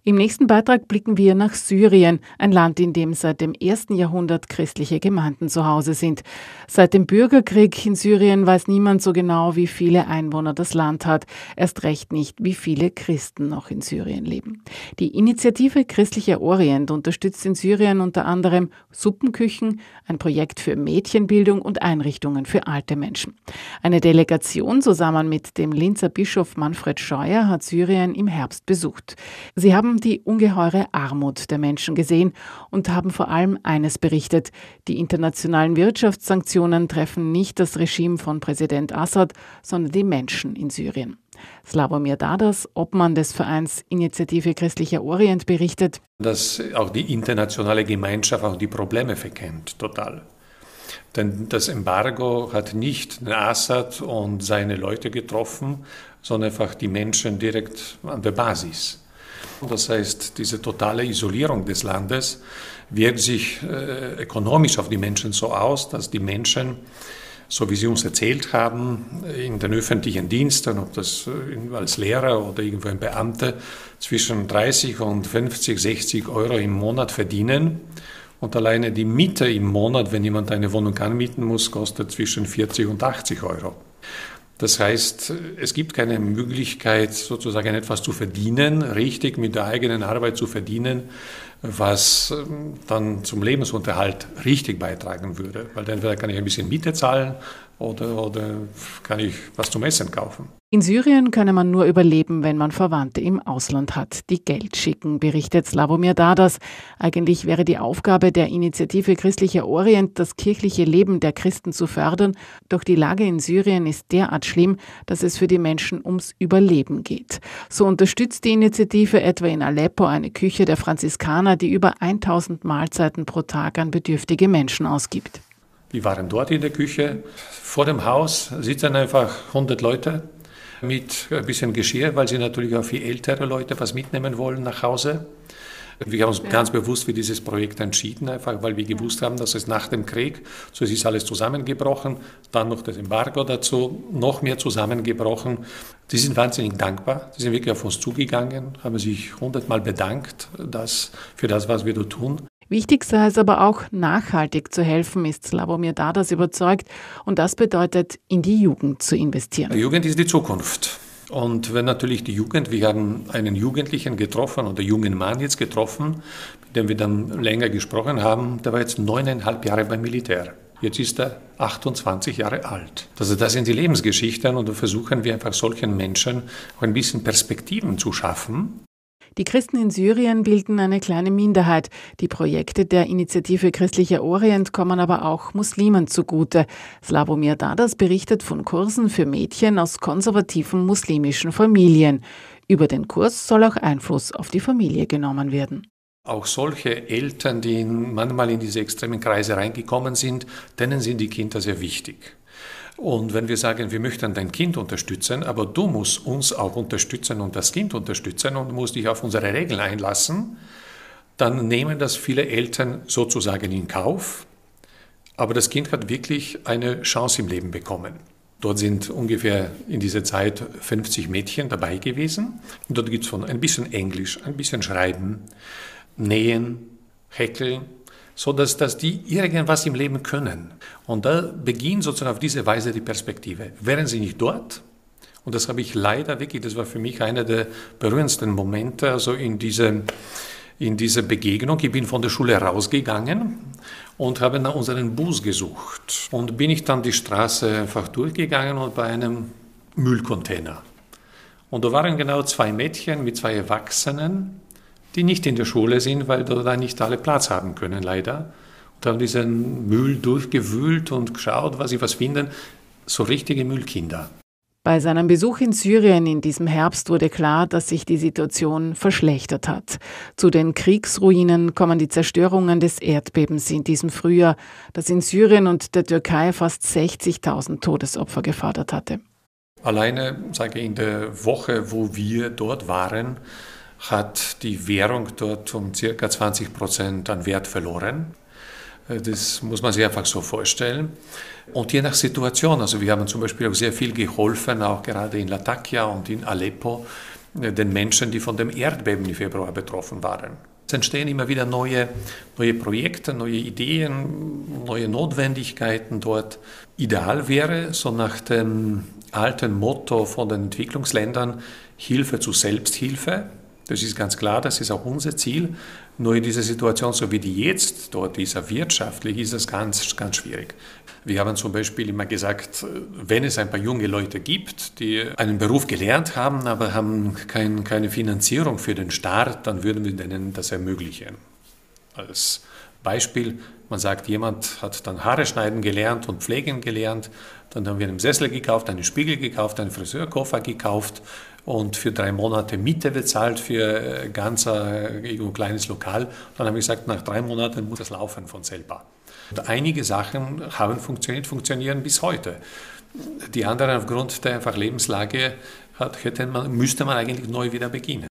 Im nächsten Beitrag blicken wir nach Syrien, ein Land, in dem seit dem 1. Jahrhundert christliche Gemeinden zu Hause sind. Seit dem Bürgerkrieg in Syrien weiß niemand so genau, wie viele Einwohner das Land hat. Erst recht nicht, wie viele Christen noch in Syrien leben. Die Initiative Christlicher Orient unterstützt in Syrien unter anderem Suppenküchen, ein Projekt für Mädchenbildung und Einrichtungen für alte Menschen. Eine Delegation zusammen mit dem Linzer Bischof Manfred Scheuer hat Syrien im Herbst besucht. Sie haben die ungeheure Armut der Menschen gesehen und haben vor allem eines berichtet: Die internationalen Wirtschaftssanktionen treffen nicht das Regime von Präsident Assad, sondern die Menschen in Syrien. Sławomir Dadas, Obmann des Vereins Initiative Christlicher Orient, berichtet, dass auch die internationale Gemeinschaft auch die Probleme verkennt, total. Denn das Embargo hat nicht den Assad und seine Leute getroffen, sondern einfach die Menschen direkt an der Basis. Das heißt, diese totale Isolierung des Landes wirkt sich ökonomisch auf die Menschen so aus, dass die Menschen, so wie sie uns erzählt haben, in den öffentlichen Diensten, ob das als Lehrer oder irgendwo ein Beamter, zwischen 30 und 50, 60 Euro im Monat verdienen. Und alleine die Miete im Monat, wenn jemand eine Wohnung anmieten muss, kostet zwischen 40 und 80 Euro. Das heißt, es gibt keine Möglichkeit, sozusagen etwas zu verdienen, richtig mit der eigenen Arbeit zu verdienen, was dann zum Lebensunterhalt richtig beitragen würde. Weil entweder kann ich ein bisschen Miete zahlen oder kann ich was zum Essen kaufen. In Syrien könne man nur überleben, wenn man Verwandte im Ausland hat, die Geld schicken, berichtet Sławomir Dadas. Eigentlich wäre die Aufgabe der Initiative Christlicher Orient, das kirchliche Leben der Christen zu fördern. Doch die Lage in Syrien ist derart schlimm, dass es für die Menschen ums Überleben geht. So unterstützt die Initiative etwa in Aleppo eine Küche der Franziskaner, die über 1000 Mahlzeiten pro Tag an bedürftige Menschen ausgibt. Wir waren dort in der Küche. Vor dem Haus sitzen einfach 100 Leute mit ein bisschen Geschirr, weil sie natürlich auch für ältere Leute was mitnehmen wollen nach Hause. Wir haben uns ganz bewusst für dieses Projekt entschieden, einfach weil wir gewusst haben, dass es nach dem Krieg, so es ist alles zusammengebrochen, dann noch das Embargo dazu, noch mehr zusammengebrochen. Die sind wahnsinnig dankbar, die sind wirklich auf uns zugegangen, haben sich 100-mal bedankt für das, was wir da tun. Wichtig sei es aber auch, nachhaltig zu helfen, ist Sławomir Dadas überzeugt. Und das bedeutet, in die Jugend zu investieren. Die Jugend ist die Zukunft. Und wenn natürlich die Jugend, wir haben einen Jugendlichen getroffen oder jungen Mann jetzt getroffen, mit dem wir dann länger gesprochen haben, der war jetzt 9,5 Jahre beim Militär. Jetzt ist er 28 Jahre alt. Also das sind die Lebensgeschichten und da versuchen wir einfach solchen Menschen auch ein bisschen Perspektiven zu schaffen. Die Christen in Syrien bilden eine kleine Minderheit. Die Projekte der Initiative Christlicher Orient kommen aber auch Muslimen zugute. Sławomir Dadas berichtet von Kursen für Mädchen aus konservativen muslimischen Familien. Über den Kurs soll auch Einfluss auf die Familie genommen werden. Auch solche Eltern, die manchmal in diese extremen Kreise reingekommen sind, denen sind die Kinder sehr wichtig. Und wenn wir sagen, wir möchten dein Kind unterstützen, aber du musst uns auch unterstützen und das Kind unterstützen und musst dich auf unsere Regeln einlassen, dann nehmen das viele Eltern sozusagen in Kauf. Aber das Kind hat wirklich eine Chance im Leben bekommen. Dort sind ungefähr in dieser Zeit 50 Mädchen dabei gewesen. Und dort gibt es von ein bisschen Englisch, ein bisschen Schreiben, Nähen, Häkeln, so dass die irgendwas im Leben können. Und da beginnt sozusagen auf diese Weise die Perspektive. Wären sie nicht dort, und das habe ich leider wirklich, das war für mich einer der berührendsten Momente, also in dieser Begegnung. Ich bin von der Schule rausgegangen und habe nach unserem Bus gesucht. Und bin ich dann die Straße einfach durchgegangen und bei einem Müllcontainer. Und da waren genau 2 Mädchen mit 2 Erwachsenen, die nicht in der Schule sind, weil da nicht alle Platz haben können, leider. Und haben diesen Müll durchgewühlt und geschaut, was sie was finden. So richtige Müllkinder. Bei seinem Besuch in Syrien in diesem Herbst wurde klar, dass sich die Situation verschlechtert hat. Zu den Kriegsruinen kommen die Zerstörungen des Erdbebens in diesem Frühjahr, das in Syrien und der Türkei fast 60.000 Todesopfer gefordert hatte. Alleine, sage ich, in der Woche, wo wir dort waren, hat die Währung dort um ca. 20% an Wert verloren. Das muss man sich einfach so vorstellen. Und je nach Situation, also wir haben zum Beispiel auch sehr viel geholfen, auch gerade in Latakia und in Aleppo, den Menschen, die von dem Erdbeben im Februar betroffen waren. Es entstehen immer wieder neue Projekte, neue Ideen, neue Notwendigkeiten dort. Ideal wäre, so nach dem alten Motto von den Entwicklungsländern, Hilfe zu Selbsthilfe. Das ist ganz klar, das ist auch unser Ziel. Nur in dieser Situation, so wie die jetzt dort ist, wirtschaftlich, ist es ganz, ganz schwierig. Wir haben zum Beispiel immer gesagt, wenn es ein paar junge Leute gibt, die einen Beruf gelernt haben, aber haben keine Finanzierung für den Start, dann würden wir denen das ermöglichen. Als Beispiel, man sagt, jemand hat dann Haare schneiden gelernt und pflegen gelernt, dann haben wir einen Sessel gekauft, einen Spiegel gekauft, einen Friseurkoffer gekauft und für 3 Monate Miete bezahlt für ein ganz kleines Lokal. Dann haben wir gesagt, nach 3 Monaten muss das laufen von selber. Und einige Sachen haben funktioniert, funktionieren bis heute. Die anderen aufgrund der einfach Lebenslage müsste man eigentlich neu wieder beginnen.